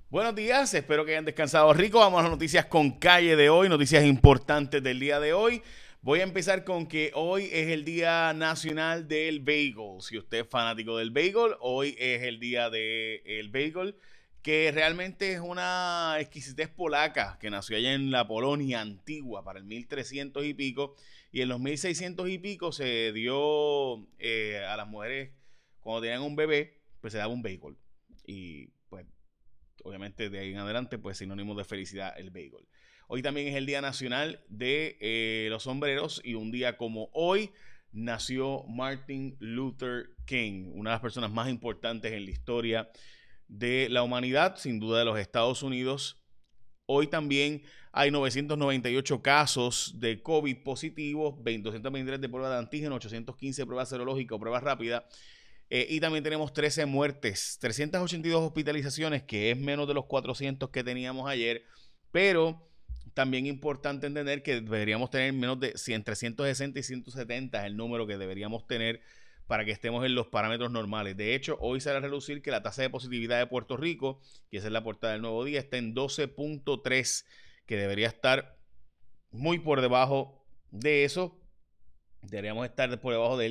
Buenos días, espero que hayan descansado rico. Vamos a las noticias con calle de hoy, noticias importantes del día de hoy. Voy a empezar con que hoy es el Día Nacional del Bagel. Si usted es fanático del bagel, hoy es el día del bagel, que realmente es una exquisitez polaca que nació allá en la Polonia antigua para el 1300 y pico, y en los 1600 y pico se dio a las mujeres cuando tenían un bebé, pues se daba un bagel. Y pues obviamente de ahí en adelante, pues sinónimo de felicidad el bagel. Hoy también es el Día Nacional de los Sombreros, y un día como hoy nació Martin Luther King, una de las personas más importantes en la historia de la humanidad, sin duda de los Estados Unidos. Hoy también hay 998 casos de COVID positivos, 223 de pruebas de antígeno, 815 pruebas serológicas o pruebas rápidas. Y también tenemos 13 muertes, 382 hospitalizaciones, que es menos de los 400 que teníamos ayer, pero también importante entender que deberíamos tener menos de 100, entre 160 y 170 es el número que deberíamos tener para que estemos en los parámetros normales. De hecho, hoy sale a relucir que la tasa de positividad de Puerto Rico, que esa es la portada del Nuevo Día, está en 12.3, que debería estar muy por debajo de eso. Deberíamos estar por debajo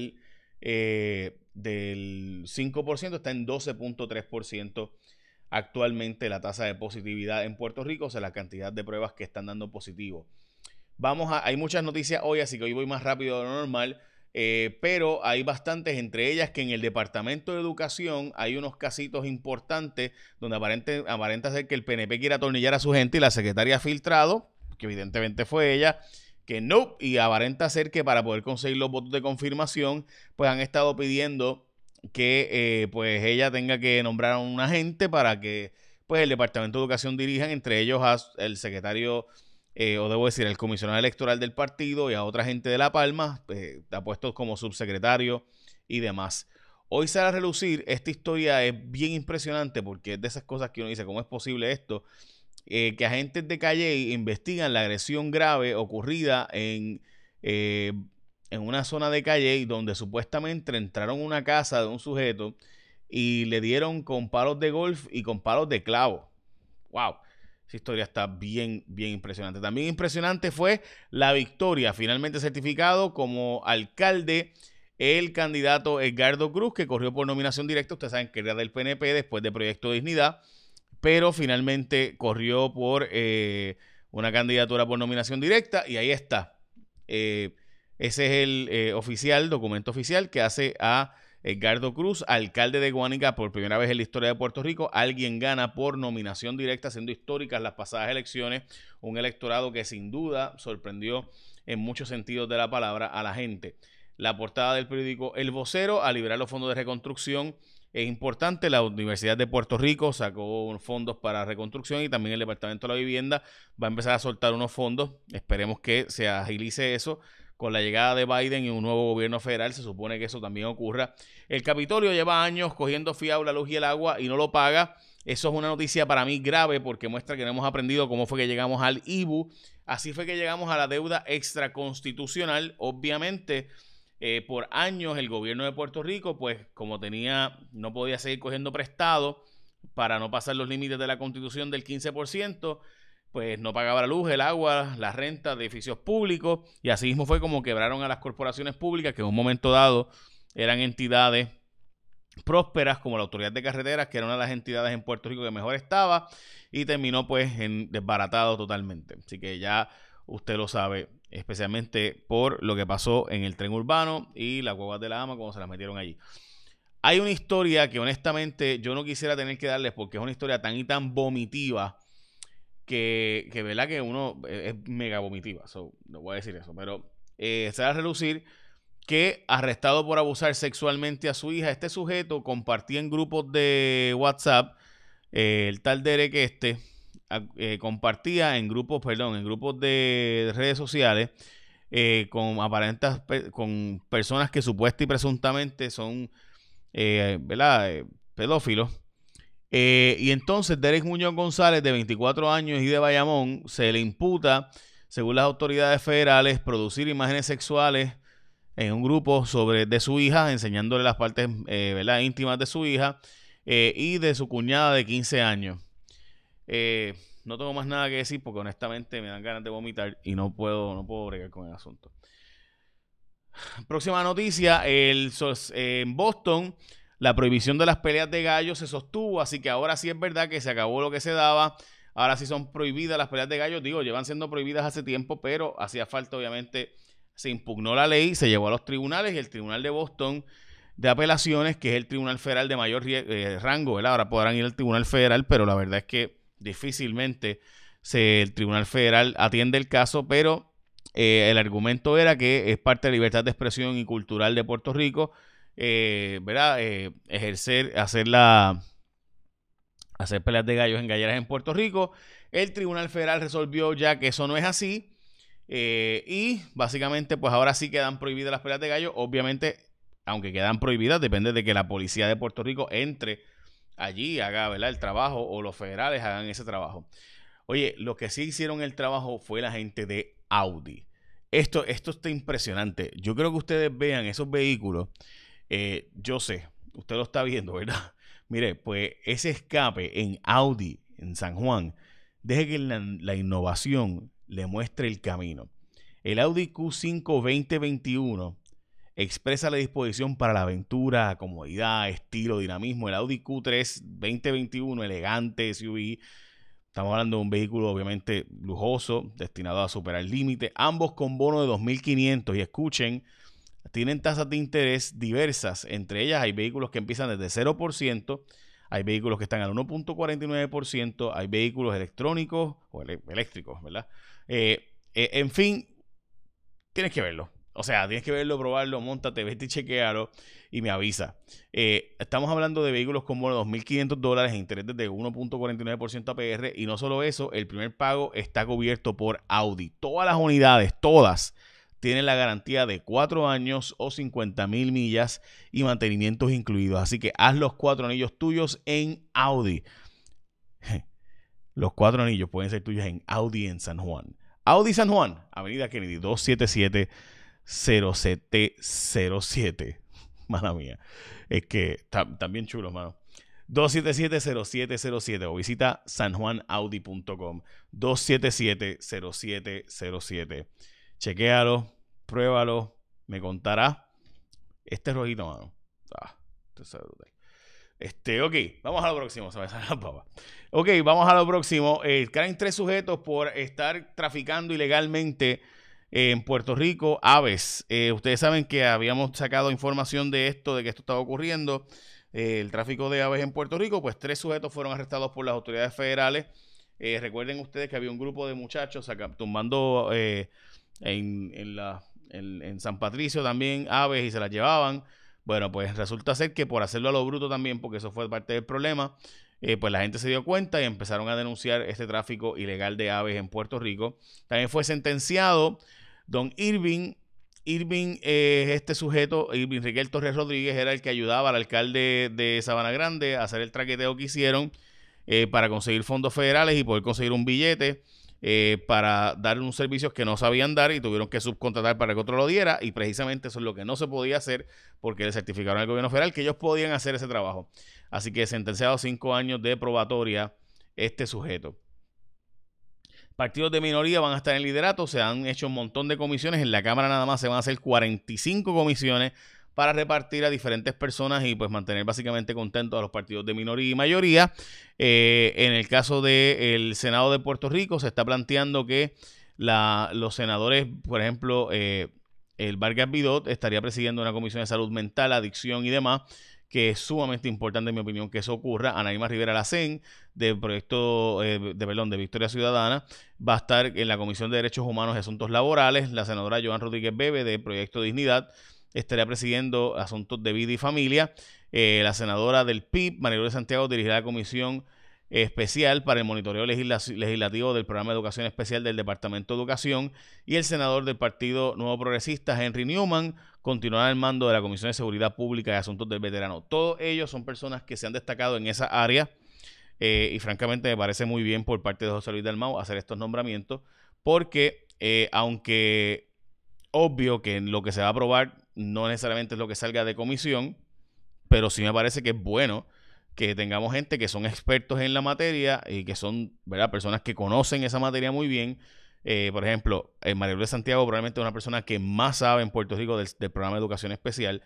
del 5%, está en 12.3% actualmente la tasa de positividad en Puerto Rico, o sea, la cantidad de pruebas que están dando positivo. Hay muchas noticias hoy, así que hoy voy más rápido de lo normal, pero hay bastantes, entre ellas que en el Departamento de Educación hay unos casitos importantes donde aparenta ser que el PNP quiere atornillar a su gente, y la secretaria ha filtrado, que evidentemente fue ella, que no, y aparenta ser que para poder conseguir los votos de confirmación, pues han estado pidiendo que pues ella tenga que nombrar a un agente para que pues el Departamento de Educación dirijan, entre ellos el secretario, o debo decir, el comisionado electoral del partido, y a otra gente de La Palma, ha puesto como subsecretario y demás. Hoy sale a relucir, esta historia es bien impresionante porque es de esas cosas que uno dice, ¿cómo es posible esto? Que agentes de Calle investigan la agresión grave ocurrida en una zona de Calle donde supuestamente entraron a una casa de un sujeto y le dieron con palos de golf y con palos de clavo. ¡Wow! Esa historia está bien, bien impresionante. También impresionante fue la victoria, finalmente certificado como alcalde el candidato Edgardo Cruz, que corrió por nominación directa. Ustedes saben que era del PNP después de Proyecto Dignidad, pero finalmente corrió por una candidatura por nominación directa, y ahí está. Ese es el documento oficial que hace a Edgardo Cruz alcalde de Guánica por primera vez en la historia de Puerto Rico. Alguien gana por nominación directa, siendo históricas las pasadas elecciones, un electorado que sin duda sorprendió en muchos sentidos de la palabra a la gente. La portada del periódico El Vocero: a liberar los fondos de reconstrucción. Es importante, la Universidad de Puerto Rico sacó fondos para reconstrucción, y también el Departamento de la Vivienda va a empezar a soltar unos fondos. Esperemos que se agilice eso con la llegada de Biden y un nuevo gobierno federal. Se supone que eso también ocurra. El Capitolio lleva años cogiendo fiado la luz y el agua y no lo paga. Eso es una noticia para mí grave, porque muestra que no hemos aprendido cómo fue que llegamos al IBU. Así fue que llegamos a la deuda extraconstitucional. Obviamente, por años el gobierno de Puerto Rico, pues como no podía seguir cogiendo prestado para no pasar los límites de la Constitución del 15%, pues no pagaba la luz, el agua, la renta de edificios públicos, y así mismo fue como quebraron a las corporaciones públicas, que en un momento dado eran entidades prósperas, como la Autoridad de Carreteras, que era una de las entidades en Puerto Rico que mejor estaba, y terminó pues en desbaratado totalmente. Así que ya usted lo sabe, especialmente por lo que pasó en el tren urbano y las guaguas de la AMA cuando se las metieron allí. Hay una historia que honestamente yo no quisiera tener que darles, porque es una historia tan y tan vomitiva que verdad que uno es mega vomitiva. No voy a decir eso, pero se va a relucir que, arrestado por abusar sexualmente a su hija, este sujeto compartía en grupos de WhatsApp, el tal Derek compartía en grupos de redes sociales, con personas que supuesta y presuntamente son ¿verdad? Pedófilos. Y entonces Derek Muñoz González, de 24 años y de Bayamón, se le imputa, según las autoridades federales, producir imágenes sexuales en un grupo de su hija, enseñándole las partes ¿verdad? íntimas de su hija, y de su cuñada de 15 años. No tengo más nada que decir porque honestamente me dan ganas de vomitar y no puedo bregar con el asunto. Próxima noticia, en Boston la prohibición de las peleas de gallos se sostuvo, así que ahora sí es verdad que se acabó lo que se daba. Ahora sí son prohibidas las peleas de gallos. Digo, llevan siendo prohibidas hace tiempo, pero hacía falta, obviamente, se impugnó la ley, se llevó a los tribunales y el Tribunal de Boston de Apelaciones, que es el Tribunal Federal de mayor rango, ¿verdad? Ahora podrán ir al Tribunal Federal, pero la verdad es que difícilmente el Tribunal Federal atiende el caso, pero el argumento era que es parte de la libertad de expresión y cultural de Puerto Rico, ¿verdad? Hacer peleas de gallos en galleras en Puerto Rico. El Tribunal Federal resolvió ya que eso no es así. Y básicamente, pues ahora sí quedan prohibidas las peleas de gallos. Obviamente, aunque quedan prohibidas, depende de que la policía de Puerto Rico entre allí, haga, ¿verdad?, el trabajo, o los federales hagan ese trabajo. Oye, lo que sí hicieron el trabajo fue la gente de Audi. Esto está impresionante. Yo creo que ustedes vean esos vehículos. Yo sé, usted lo está viendo, ¿verdad? Mire, pues ese escape en Audi, en San Juan, deje que la innovación le muestre el camino. El Audi Q5 2021 expresa la disposición para la aventura, comodidad, estilo, dinamismo. El Audi Q3 2021, elegante SUV. Estamos hablando de un vehículo obviamente lujoso, destinado a superar el límite. Ambos con bono de 2.500. Y escuchen, tienen tasas de interés diversas. Entre ellas hay vehículos que empiezan desde 0%, hay vehículos que están al 1.49%, hay vehículos electrónicos o eléctricos, ¿verdad? En fin, tienes que verlo. O sea, tienes que verlo, probarlo, móntate, vete y chequealo y me avisa. Estamos hablando de vehículos con bono de $2.500, interés desde 1.49% APR, y no solo eso, el primer pago está cubierto por Audi. Todas las unidades, todas, tienen la garantía de 4 años o 50,000 millas y mantenimientos incluidos. Así que haz los 4 anillos tuyos en Audi. Los 4 anillos pueden ser tuyos en Audi en San Juan. Audi San Juan, Avenida Kennedy 277-0707. Mala mía. Es que están bien chulos, mano. 277-0707 o visita sanjuanaudi.com. 277-0707. Chequéalo, pruébalo, me contará. Este rojito, mano. Ok, vamos a lo próximo. Se me sale la pava. Ok, vamos a lo próximo. Caen 3 sujetos por estar traficando ilegalmente en Puerto Rico aves. Ustedes saben que habíamos sacado información de esto, de que esto estaba ocurriendo, el tráfico de aves en Puerto Rico. Pues 3 sujetos fueron arrestados por las autoridades federales. Recuerden ustedes que había un grupo de muchachos tumbando en San Patricio también aves y se las llevaban. Bueno, pues resulta ser que por hacerlo a lo bruto también, porque eso fue parte del problema, pues la gente se dio cuenta y empezaron a denunciar este tráfico ilegal de aves en Puerto Rico. También fue sentenciado don Irving. Irving es este sujeto. Irving Riquel Torres Rodríguez era el que ayudaba al alcalde de Sabana Grande a hacer el traqueteo que hicieron para conseguir fondos federales y poder conseguir un billete para dar unos servicios que no sabían dar y tuvieron que subcontratar para que otro lo diera, y precisamente eso es lo que no se podía hacer porque le certificaron al gobierno federal que ellos podían hacer ese trabajo. Así que sentenciado a 5 años de probatoria este sujeto. Partidos de minoría van a estar en liderato. Se han hecho un montón de comisiones. En la Cámara nada más se van a hacer 45 comisiones para repartir a diferentes personas y pues mantener básicamente contentos a los partidos de minoría y mayoría. En el caso del Senado de Puerto Rico se está planteando que los senadores, por ejemplo, el Vargas Vidot estaría presidiendo una comisión de salud mental, adicción y demás, que es sumamente importante en mi opinión que eso ocurra. Anaíma Rivera Lacén, del proyecto de Victoria Ciudadana, va a estar en la Comisión de Derechos Humanos y Asuntos Laborales. La senadora Joan Rodríguez Bebe, de Proyecto Dignidad, estaría presidiendo asuntos de vida y familia. La senadora del PIB, María Lourdes Santiago, dirigirá la comisión especial para el monitoreo legislativo del programa de educación especial del Departamento de Educación, y el senador del Partido Nuevo Progresista, Henry Newman, continuará al mando de la Comisión de Seguridad Pública y Asuntos del Veterano. Todos ellos son personas que se han destacado en esa área y francamente me parece muy bien por parte de José Luis Dalmau hacer estos nombramientos porque aunque obvio que lo que se va a aprobar no necesariamente es lo que salga de comisión, pero sí me parece que es bueno que tengamos gente que son expertos en la materia y que son, ¿verdad?, personas que conocen esa materia muy bien. Por ejemplo, María Lourdes Santiago probablemente es una persona que más sabe en Puerto Rico del programa de educación especial.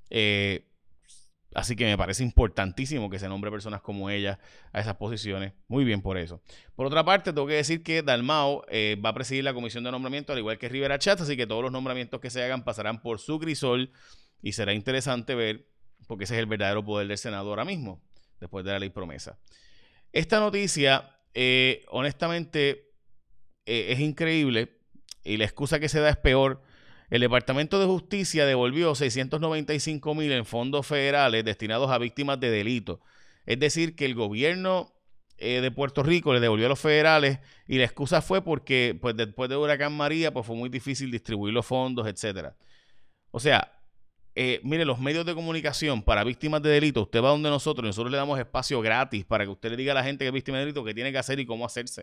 Así que me parece importantísimo que se nombre personas como ella a esas posiciones. Muy bien por eso. Por otra parte, tengo que decir que Dalmau va a presidir la comisión de nombramiento, al igual que Rivera Chatz, así que todos los nombramientos que se hagan pasarán por su crisol y será interesante ver, porque ese es el verdadero poder del Senado ahora mismo, después de la ley promesa. Esta noticia, honestamente, es increíble y la excusa que se da es peor. El Departamento de Justicia devolvió $695,000 en fondos federales destinados a víctimas de delitos. Es decir, que el gobierno de Puerto Rico le devolvió a los federales y la excusa fue porque pues, después de Huracán María pues, fue muy difícil distribuir los fondos, etc. O sea, mire, los medios de comunicación para víctimas de delitos, usted va donde nosotros le damos espacio gratis para que usted le diga a la gente que es víctima de delito qué tiene que hacer y cómo hacerse.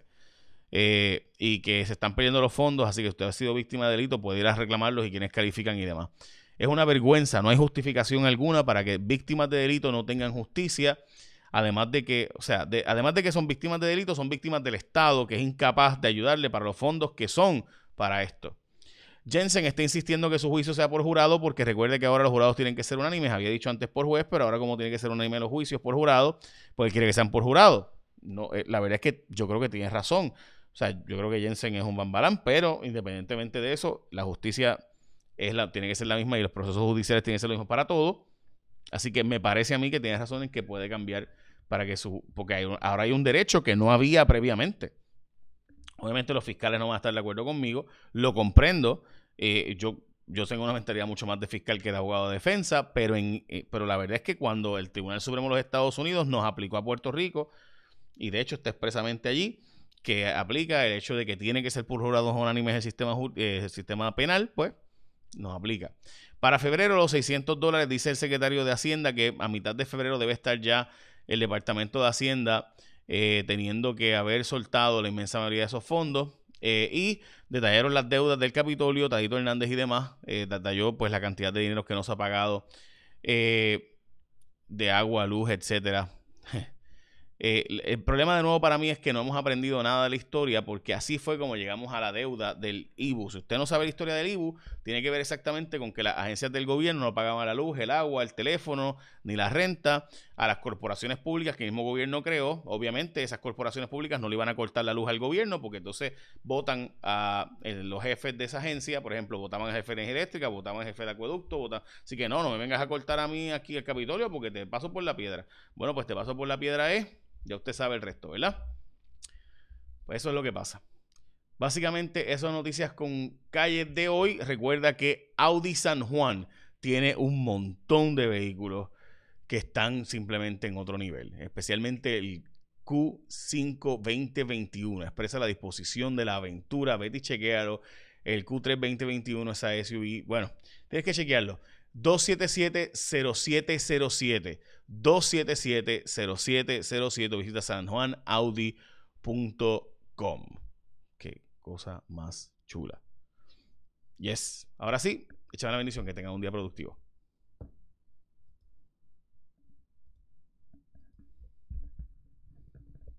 Y que se están perdiendo los fondos, así que usted ha sido víctima de delito, puede ir a reclamarlos y quienes califican y demás. Es una vergüenza, no hay justificación alguna para que víctimas de delito no tengan justicia, además de que, además de que son víctimas de delito, son víctimas del Estado, que es incapaz de ayudarle para los fondos que son para esto. Jensen está insistiendo que su juicio sea por jurado porque recuerde que ahora los jurados tienen que ser unánimes, había dicho antes por juez, pero ahora como tiene que ser unánime los juicios por jurado, pues él quiere que sean por jurado. No, la verdad es que yo creo que tienes razón. O sea, yo creo que Jensen es un bambalán, pero independientemente de eso, la justicia tiene que ser la misma y los procesos judiciales tienen que ser los mismos para todos. Así que me parece a mí que tienes razón en que puede cambiar para que porque ahora hay un derecho que no había previamente. Obviamente los fiscales no van a estar de acuerdo conmigo, lo comprendo. Yo tengo una mentalidad mucho más de fiscal que de abogado de defensa, pero la verdad es que cuando el Tribunal Supremo de los Estados Unidos nos aplicó a Puerto Rico, y de hecho está expresamente allí, que aplica el hecho de que tiene que ser por jurados unánimes el sistema penal, pues nos aplica. Para febrero los $600, dice el secretario de Hacienda, que a mitad de febrero debe estar ya el Departamento de Hacienda teniendo que haber soltado la inmensa mayoría de esos fondos. Y detallaron las deudas del Capitolio, Tatito Hernández y demás. Detalló pues la cantidad de dinero que no se ha pagado de agua, luz, etcétera. El problema de nuevo para mí es que no hemos aprendido nada de la historia, porque así fue como llegamos a la deuda del IBU. Si usted no sabe la historia del IBU, tiene que ver exactamente con que las agencias del gobierno no pagaban la luz, el agua, el teléfono, ni la renta a las corporaciones públicas que el mismo gobierno creó. Obviamente esas corporaciones públicas no le iban a cortar la luz al gobierno, porque entonces votan a los jefes de esa agencia. Por ejemplo, votaban al jefe de energía eléctrica, votaban al jefe de acueducto, así que no me vengas a cortar a mí aquí el Capitolio porque te paso por la piedra. Bueno, pues te paso por la piedra ya usted sabe el resto, ¿verdad? Pues eso es lo que pasa. Básicamente, esas noticias con calles de hoy. Recuerda que Audi San Juan tiene un montón de vehículos que están simplemente en otro nivel. Especialmente el Q5 2021. Expresa la disposición de la aventura. Vete y chequéalo. El Q3 2021, esa SUV. Bueno, tienes que chequearlo. 277-0707. 277-0707. Visita sanjuanaudi.com. Qué cosa más chula. Yes. Ahora sí, échame la bendición. Que tengan un día productivo.